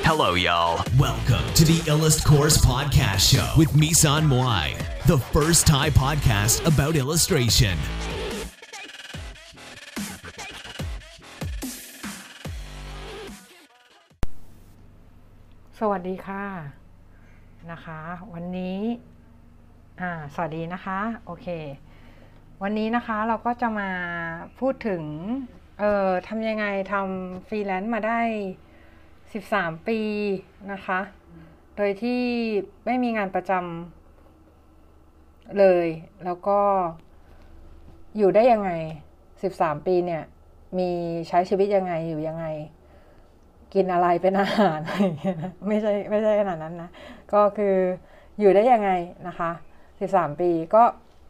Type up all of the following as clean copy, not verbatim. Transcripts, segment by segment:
Hello, y'all. Welcome to the Illust Course Podcast Show with Misan Moai, the first Thai podcast about illustration. สวัสดีค่ะนะคะวันนี้สวัสดีนะคะโอเควันนี้นะคะเราก็จะมาพูดถึงทำยังไงทำฟรีแลนซ์มาได้13ปีนะคะโดยที่ไม่มีงานประจำเลยแล้วก็อยู่ได้ยังไง13ปีเนี่ยมีใช้ชีวิตยังไงอยู่ยังไงกินอะไรเป็นอาหารอะไรอย่างเงี้ยนะไม่ใช่ขนาดนั้นนะก็คืออยู่ได้ยังไงนะคะ13ปีก็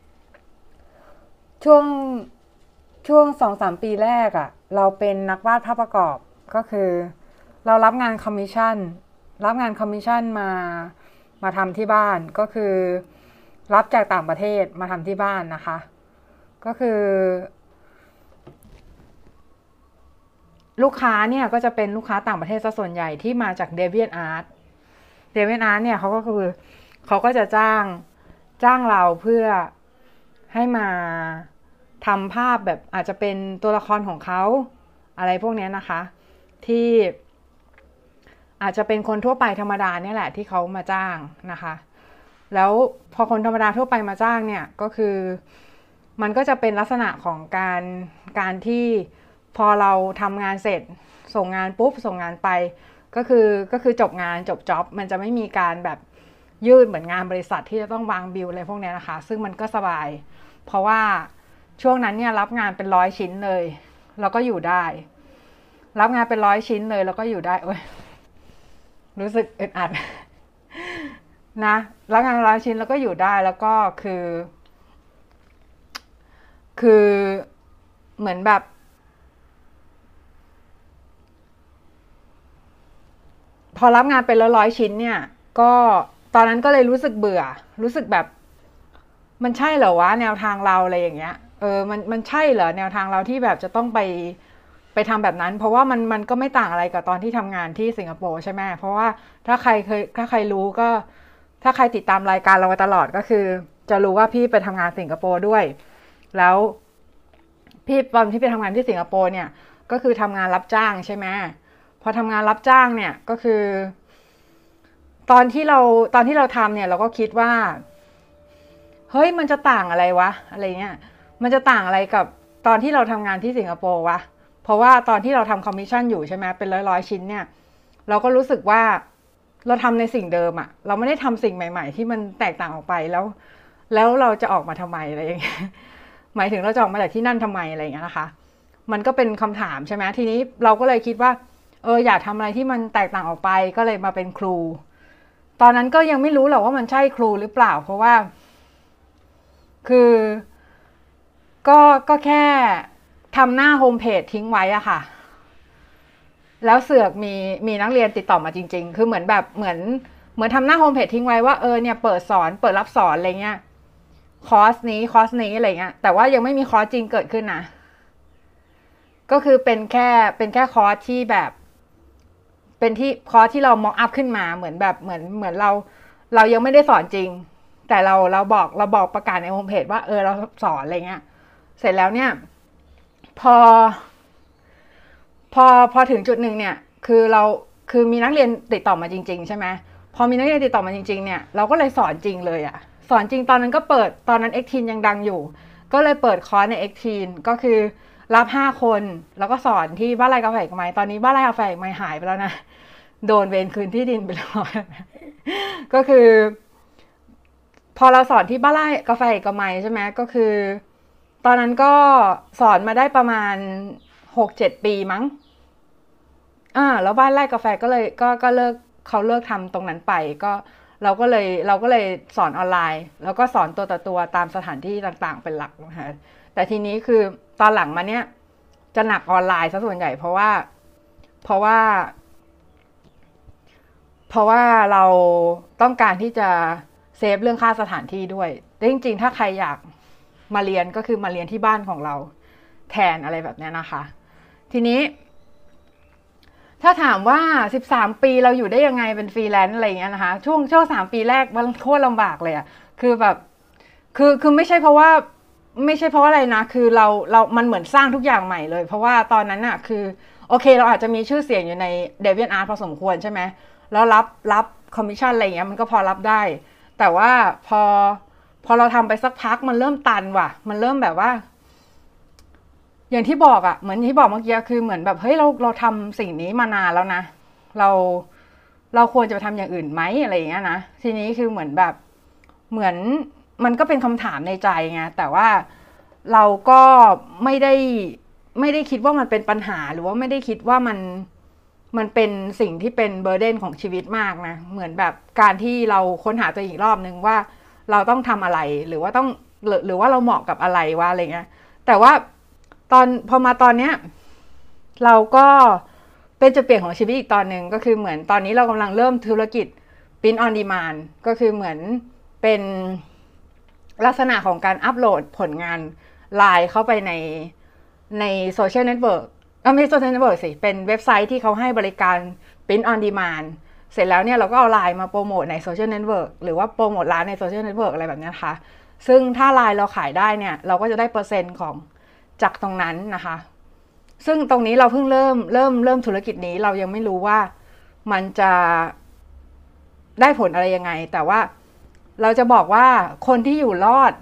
ช่วง 2-3 ปีแรกเราเป็นนักวาดภาพประกอบก็คือเรารับงานคอมมิชชั่นมาทำที่บ้านก็คือรับจากต่างประเทศมาทำที่บ้านนะคะก็คือลูกค้าเนี่ยก็จะเป็นลูกค้าต่างประเทศซะส่วนใหญ่ที่มาจาก DeviantArt เนี่ยเขาก็จะจ้างเราเพื่อให้มาทำภาพแบบอาจจะเป็นตัวละครของเขาอะไรพวกนี้นะคะที่อาจจะเป็นคนทั่วไปธรรมดาเนี่ยแหละที่เขามาจ้างนะคะแล้วพอคนธรรมดาทั่วไปมาจ้างเนี่ยก็คือมันก็จะเป็นลักษณะของการที่พอเราทำงานเสร็จส่งงานปุ๊บส่งงานไปก็คือจบงานจบจ็อบมันจะไม่มีการแบบยืดเหมือนงานบริษัทที่จะต้องวางบิลอะไรพวกนี้นะคะซึ่งมันก็สบายเพราะว่าช่วงนั้นเนี่ยรับงานเป็น100 ชิ้นเลยแล้วก็อยู่ได้รับงานเป็น100 ชิ้นเลยแล้วก็อยู่ได้โอ๊ยรู้สึกอึดอัดนะรับงาน100 ชิ้นแล้วก็อยู่ได้แล้วก็คือเหมือนแบบพอรับงานเป็น100 ชิ้นเนี่ยก็ตอนนั้นก็เลยรู้สึกเบื่อรู้สึกแบบมันใช่เหรอวะแนวทางเราอะไรอย่างเงี้ยมันใช่เหรอแนวทางเราที่แบบจะต้องไปทำแบบนั้นเพราะว่ามันก็ไม่ต่างอะไรกับตอนที่ทำงานที่สิงคโปร์ใช่ไหมเพราะว่าถ้าใครรู้ก็ถ้าใครติดตามรายการเราตลอดก็คือจะรู้ว่าพี่ไปทำงานสิงคโปร์ด้วยแล้วพี่ตอนที่ไปทำงานที่สิงคโปร์เนี่ยก็คือทำงานรับจ้างใช่ไหมพอทำงานรับจ้างเนี่ยก็คือตอนที่เราทำเนี่ยเราก็คิดว่าเฮ้ยมันจะต่างอะไรวะอะไรเงี้ยมันจะต่างอะไรกับตอนที่เราทำงานที่สิงคโปร์วะเพราะว่าตอนที่เราทำคอมมิชชั่นอยู่ใช่ไหมเป็นร้อยชิ้นเนี่ยเราก็รู้สึกว่าเราทำในสิ่งเดิมเราไม่ได้ทำสิ่งใหม่ๆที่มันแตกต่างออกไปแล้วเราจะออกมาทำไมอะไรอย่างเงี้ยหมายถึงเราจะออกมาจากที่นั่นทำไมอะไรอย่างเงี้ยนะคะมันก็เป็นคำถามใช่ไหมทีนี้เราก็เลยคิดว่าอยากทำอะไรที่มันแตกต่างออกไปก็เลยมาเป็นครูตอนนั้นก็ยังไม่รู้หรอกว่ามันใช่ครูหรือเปล่าเพราะว่าคือก็แค่ทำหน้าโฮมเพจทิ้งไว้อะค่ะแล้วเสือกมีนักเรียนติดต่อมาจริงๆคือเหมือนแบบเหมือนทำหน้าโฮมเพจทิ้งไว้ว่าเนี่ยเปิดรับสอนอะไรเงี้ยคอร์สนี้อะไรเงี้ยแต่ว่ายังไม่มีคอร์สจริงเกิดขึ้นนะก็คือเป็นแค่คอร์สที่แบบเป็นที่คอร์สที่เราม็อกอัพขึ้นมาเหมือนแบบเหมือนเรายังไม่ได้สอนจริงแต่เราบอกประกาศในโฮมเพจว่าเราสอนอะไรเงี้ยเสร็จแล้วเนี่ยพอถึงจุดหนึ่งเนี่ยคือมีนักเรียนติดต่อมาจริงๆใช่ไหมพอมีนักเรียนติดต่อมาจริงๆเนี่ยเราก็เลยสอนจริงเลยสอนจริงตอนนั้นก็เปิดตอนนั้น X-Teen ยังดังอยู่ก็เลยเปิดคอร์สใน X-Teen ก็คือรับ5 คนแล้วก็สอนที่บ้านไร่กาแฟเอกมัยตอนนี้บ้านไร่กาแฟเอกมัยหายไปแล้วนะโดนเวรคืนที่ดินไปแล้วก็คือพอเราสอนที่บ้านไร่กาแฟเอกมัยใช่ไหมก็คือตอนนั้นก็สอนมาได้ประมาณ 6-7 ปีมั้งแล้วบ้านไร่กาแฟก็เลยก็เลิกทำตรงนั้นไปก็เราก็เลยสอนออนไลน์แล้วก็สอนตัวต่อตัวตามสถานที่ต่างๆเป็นหลักนะคะแต่ทีนี้คือตอนหลังมาเนี้ยจะหนักออนไลน์ซะส่วนใหญ่เพราะว่าเราต้องการที่จะเซฟเรื่องค่าสถานที่ด้วยแต่จริงๆถ้าใครอยากมาเรียนก็คือมาเรียนที่บ้านของเราแทนอะไรแบบนี้นะคะทีนี้ถ้าถามว่า13ปีเราอยู่ได้ยังไงเป็นฟรีแลนซ์อะไรอย่างเงี้ยนะคะช่วง3ปีแรกมันโคตรลำบากเลยอ่ะคือแบบคือไม่ใช่เพราะว่าอะไรนะคือเรามันเหมือนสร้างทุกอย่างใหม่เลยเพราะว่าตอนนั้นอ่ะคือโอเคเราอาจจะมีชื่อเสียงอยู่ใน DeviantArt พอสมควรใช่ไหมแล้วรับคอมมิชชั่นอะไรอย่างเงี้ยมันก็พอรับได้แต่ว่าพอเราทำไปสักพักมันเริ่มตันว่ะมันเริ่มแบบว่าอย่างที่บอกอ่ะเหมือนที่บอกเมื่อกี้คือเหมือนแบบเฮ้ยเราทำสิ่งนี้มานานแล้วนะเราควรจะไปทำอย่างอื่นไหมอะไรอย่างเงี้ยนะทีนี้คือเหมือนแบบเหมือนมันก็เป็นคำถามในใจไงแต่ว่าเราก็ไม่ได้คิดว่ามันเป็นปัญหาหรือว่าไม่ได้คิดว่ามันเป็นสิ่งที่เป็นเบอร์เดนของชีวิตมากนะเหมือนแบบการที่เราค้นหาตัวอีกรอบนึงว่าเราต้องทำอะไรหรือว่าต้องหรือว่าเราเหมาะกับอะไรวะอะไรเงี้ยแต่ว่าพอมาตอนเนี้ยเราก็เป็นจุดเปลี่ยนของชีวิตอีกตอนหนึ่งก็คือเหมือนตอนนี้เรากำลังเริ่มธุรกิจ Print on Demand ก็คือเหมือนเป็นลักษณะของการอัปโหลดผลงานไลน์เข้าไปในโซเชียลเน็ตเวิร์กไม่ใช่โซเชียลเน็ตเวิร์กสิเป็นเว็บไซต์ที่เขาให้บริการ Print on Demand เสร็จแล้วเนี่ยเราก็เอาไลน์มาโปรโมทในโซเชียลเน็ตเวิร์กหรือว่าโปรโมทร้านในโซเชียลเน็ตเวิร์กอะไรแบบนี้ค่ะซึ่งถ้าไลน์เราขายได้เนี่ยเราก็จะได้เปอร์เซ็นต์ของจากตรงนั้นนะคะซึ่งตรงนี้เราเพิ่งเริ่มธุรกิจนี้เรายังไม่รู้ว่ามันจะได้ผลอะไรยังไงแต่ว่าเราจะบอกว่าคนที่อยู่รอด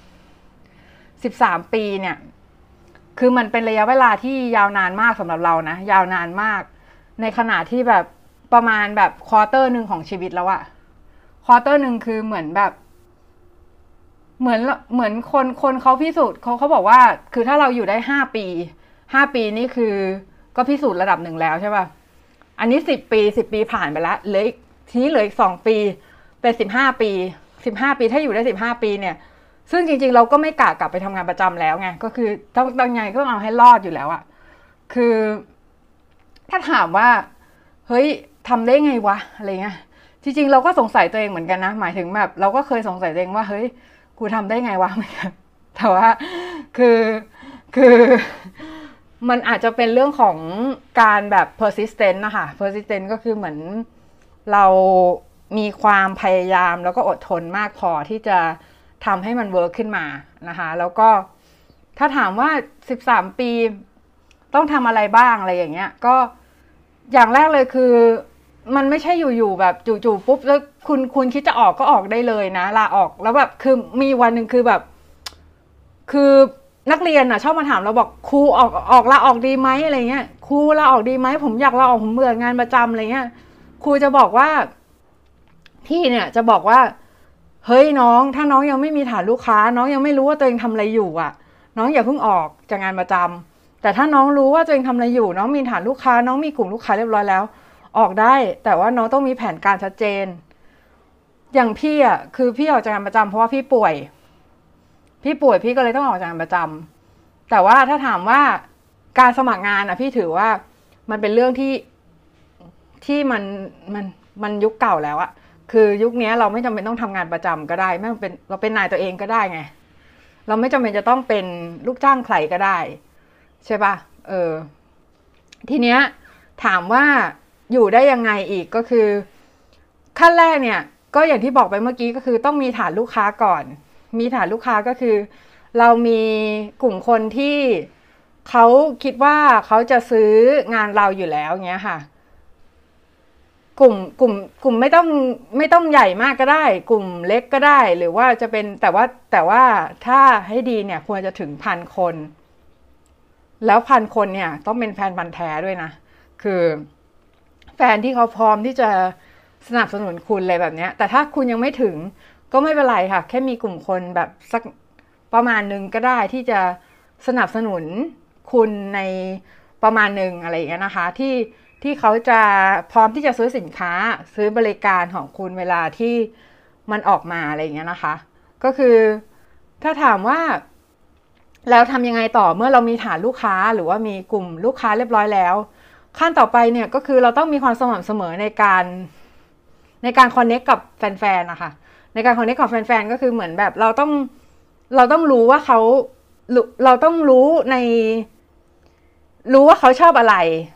13ปีเนี่ยคือมันเป็นระยะเวลาที่ยาวนานมากสำหรับเรานะยาวนานมากในขณะที่แบบประมาณแบบควอเตอร์นึงของชีวิตแล้วอะควอเตอร์นึงคือเหมือนแบบเหมือนคนเขาพิสูจน์เขาบอกว่าคือถ้าเราอยู่ได้5 ปีนี่คือก็พิสูจน์ระดับหนึ่งแล้วใช่ป่ะอันนี้10 ปีผ่านไปแล้วทีนี้เหลืออีก2 ปีเป็น15 ปีถ้าอยู่ได้15 ปีเนี่ยซึ่งจริงๆเราก็ไม่กะกลับไปทำงานประจำแล้วไงก็คือต้องไงก็ต้องเอาให้รอดอยู่แล้วอะคือถ้าถามว่าเฮ้ยทำได้ไงวะอะไรเงี้ยจริงๆเราก็สงสัยตัวเองเหมือนกันนะหมายถึงแบบเราก็เคยสงสัยตัวเองว่าเฮ้ยกูทำได้ไงวะแต่ว่าคือมันอาจจะเป็นเรื่องของการแบบ persistent นะคะ persistent ก็คือเหมือนเรามีความพยายามแล้วก็อดทนมากพอที่จะทำให้มันเวิร์คขึ้นมานะคะแล้วก็ถ้าถามว่า13 ปีต้องทำอะไรบ้างอะไรอย่างเงี้ยก็อย่างแรกเลยคือมันไม่ใช่อยู่ๆแบบจู่ๆปุ๊บแล้วคุณคิดจะออกก็ออกได้เลยนะลาออกแล้วแบบคือมีวันหนึ่งคือแบบคือนักเรียนอ่ะชอบมาถามเราบอกครูออกลาออกดีไหมอะไรเงี้ยครูลาออกดีไหมผมอยากลาออกผมเบื่องานประจำอะไรเงี้ยครูจะบอกว่าพี่เนี่ยจะบอกว่าเฮ้ยน้องถ้าน้องยังไม่มีฐานลูกค้าน้องยังไม่รู้ว่าตัวเองทำอะไรอยู่อ่ะน้องอย่าเพิ่งออกจากงานประจำแต่ถ้าน้องรู้ว่าตัวเองทำอะไรอยู่น้องมีฐานลูกค้าน้องมีกลุ่มลูกค้าเรียบร้อยแล้วออกได้แต่ว่าน้องต้องมีแผนการชัดเจนอย่างพี่อ่ะคือพี่ออกจากงานประจำเพราะว่าพี่ป่วยพี่ก็เลยต้องออกจากงานประจำแต่ว่าถ้าถามว่าการสมัครงานอ่ะพี่ถือว่ามันเป็นเรื่องที่มันยุคเก่าแล้วอะคือยุคนี้เราไม่จำเป็นต้องทำงานประจำก็ได้ไม่เป็นเราเป็นนายตัวเองก็ได้ไงเราไม่จำเป็นจะต้องเป็นลูกจ้างใครก็ได้ใช่ป่ะทีเนี้ยถามว่าอยู่ได้ยังไงอีกก็คือขั้นแรกเนี่ยก็อย่างที่บอกไปเมื่อกี้ก็คือต้องมีฐานลูกค้าก่อนมีฐานลูกค้าก็คือเรามีกลุ่มคนที่เขาคิดว่าเขาจะซื้องานเราอยู่แล้วเงี้ยค่ะกลุ่มไม่ต้องใหญ่มากก็ได้กลุ่มเล็กก็ได้หรือว่าจะเป็นแต่ว่าถ้าให้ดีเนี่ยควรจะถึง1,000 คนแล้ว1,000 คนเนี่ยต้องเป็นแฟนพันธุ์แท้ด้วยนะคือแฟนที่เขาพร้อมที่จะสนับสนุนคุณอะไรแบบนี้แต่ถ้าคุณยังไม่ถึงก็ไม่เป็นไรค่ะแค่มีกลุ่มคนแบบสักประมาณนึงก็ได้ที่จะสนับสนุนคุณในประมาณนึงอะไรอย่างเงี้ยนะคะที่เขาจะพร้อมที่จะซื้อสินค้าซื้อบริการของคุณเวลาที่มันออกมาอะไรอย่างเงี้ยนะคะก็คือถ้าถามว่าแล้วทำยังไงต่อเมื่อเรามีฐานลูกค้าหรือว่ามีกลุ่มลูกค้าเรียบร้อยแล้วขั้นต่อไปเนี่ยก็คือเราต้องมีความสม่ำเสมอในการคอนเนคกับแฟนๆนะคะในการคอนเนคกับแฟนๆก็คือเหมือนแบบเราต้องรู้ว่าเราต้องรู้ว่าเขาชอบอะไร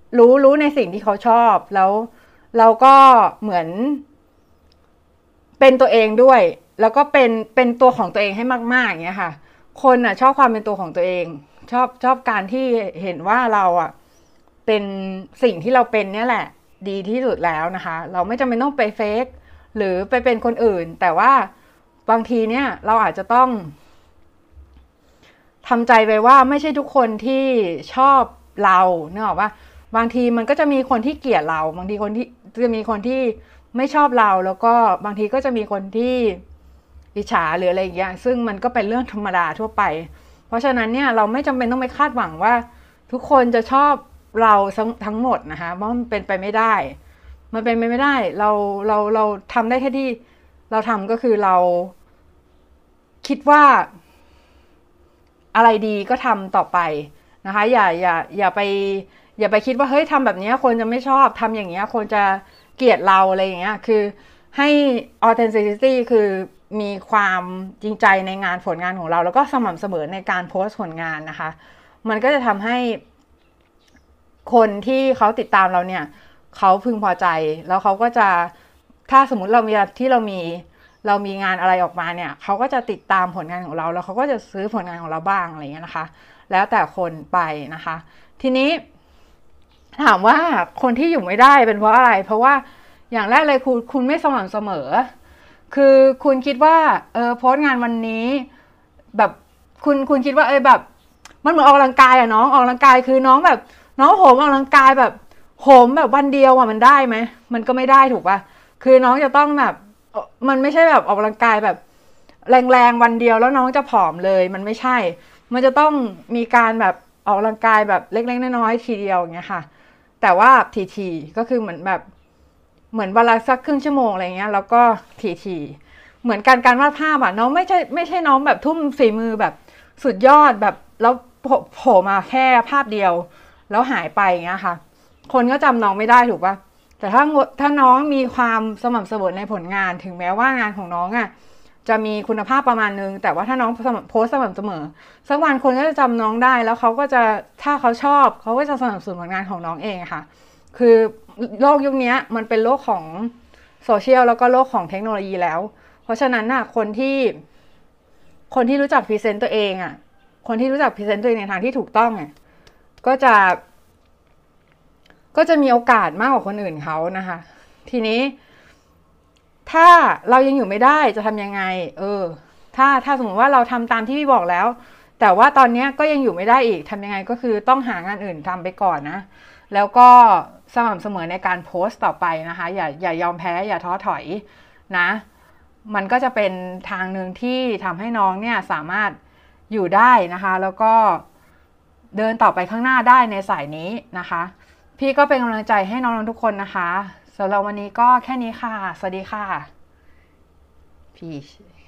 รู้ในสิ่งที่เขาชอบแล้วเราก็เหมือนเป็นตัวเองด้วยแล้วก็เป็นตัวของตัวเองให้มากๆอย่างเงี้ยค่ะคนอ่ะชอบความเป็นตัวของตัวเองชอบการที่เห็นว่าเราอ่ะเป็นสิ่งที่เราเป็นเนี่ยแหละดีที่สุดแล้วนะคะเราไม่จำเป็นต้องไปเฟกหรือไปเป็นคนอื่นแต่ว่าบางทีเนี่ยเราอาจจะต้องทำใจไปว่าไม่ใช่ทุกคนที่ชอบเราเนกออกว่าบางทีมันก็จะมีคนที่เกลียดเราบางทีคนที่จะมีคนที่ไม่ชอบเราแล้วก็บางทีก็จะมีคนที่อิจฉาหรืออะไรอย่างเงี้ยซึ่งมันก็เป็นเรื่องธรรมดาทั่วไปเพราะฉะนั้นเนี่ยเราไม่จำเป็นต้องไปคาดหวังว่าทุกคนจะชอบเราทั้งหมดนะคะเพราะมันเป็นไปไม่ได้มันเป็นไปไม่ได้เราทำได้แค่ที่เราทำก็คือเราคิดว่าอะไรดีก็ทำต่อไปนะคะอย่าไปคิดว่าเฮ้ยทำแบบนี้คนจะไม่ชอบทำอย่างเงี้ยคนจะเกลียดเราอะไรอย่างเงี้ยคือให้ authenticity คือมีความจริงใจในงานผลงานของเราแล้วก็สม่ำเสมอในการโพสต์ผลงานนะคะมันก็จะทำให้คนที่เขาติดตามเราเนี่ยเขาพึงพอใจแล้วเขาก็จะถ้าสมมติเรามีงานอะไรออกมาเนี่ยเขาก็จะติดตามผลงานของเราแล้วเขาก็จะซื้อผลงานของเราบ้างอะไรเงี้ยนะคะแล้วแต่คนไปนะคะทีนี้ถามว่าคนที่อยู่ไม่ได้เป็นเพราะอะไรเพราะว่าอย่างแรกเลยคุณไม่สม่ำเสมอคือคุณคิดว่าโพสต์งานวันนี้แบบคุณคิดว่าแบบมันเหมือนออกกำลังกายอะน้องออกกำลังกายคือน้องแบบน้องโหมออกกำลังกายแบบโหมแบบวันเดียวอะมันได้ไหมมันก็ไม่ได้ถูกป่ะคือน้องจะต้องแบบมันไม่ใช่แบบออกกำลังกายแบบแรงๆวันเดียวแล้วน้องจะผอมเลยมันไม่ใช่มันจะต้องมีการแบบออกกำลังกายแบบเล็กๆน้อยๆทีเดียวอย่างเงี้ยค่ะแต่ว่าทีก็คือเหมือนแบบเหมือนวันละสักครึ่งชั่วโมงอะไรเงี้ยแล้วก็ทีเหมือนการวาดภาพอ่ะน้องไม่ใช่น้องแบบทุ่มฝีมือแบบสุดยอดแบบแล้วโผล่มาแค่ภาพเดียวแล้วหายไปอย่างเงี้ยค่ะคนก็จำน้องไม่ได้ถูกป่ะแต่ถ้าน้องมีความสม่ำเสมอในผลงานถึงแม้ว่างานของน้องอ่ะจะมีคุณภาพประมาณนึงแต่ว่าถ้าน้องโพสสม่ำเสมอสักวันคนก็จะจำน้องได้แล้วเขาก็จะถ้าเขาชอบเขาก็จะสนับสนุนผลงานของน้องเองค่ะคือโลกยุคนี้มันเป็นโลกของโซเชียลแล้วก็โลกของเทคโนโลยีแล้วเพราะฉะนั้นน่ะคนที่รู้จักพรีเซนต์ตัวเองอ่ะคนที่รู้จักพรีเซนต์ตัวเองในทางที่ถูกต้องอ่ะก็จะมีโอกาสมากกว่าคนอื่นเขานะคะทีนี้ถ้าเรายังอยู่ไม่ได้จะทำยังไงถ้าสมมติว่าเราทำตามที่พี่บอกแล้วแต่ว่าตอนนี้ก็ยังอยู่ไม่ได้อีกทำยังไงก็คือต้องหางานอื่นทำไปก่อนนะแล้วก็สม่ำเสมอในการโพสต์ต่อไปนะคะอย่ายอมแพ้อย่าท้อถอยนะมันก็จะเป็นทางหนึ่งที่ทำให้น้องเนี่ยสามารถอยู่ได้นะคะแล้วก็เดินต่อไปข้างหน้าได้ในสายนี้นะคะพี่ก็เป็นกำลังใจให้น้องๆทุกคนนะคะสำหรับวันนี้ก็แค่นี้ค่ะสวัสดีค่ะพีช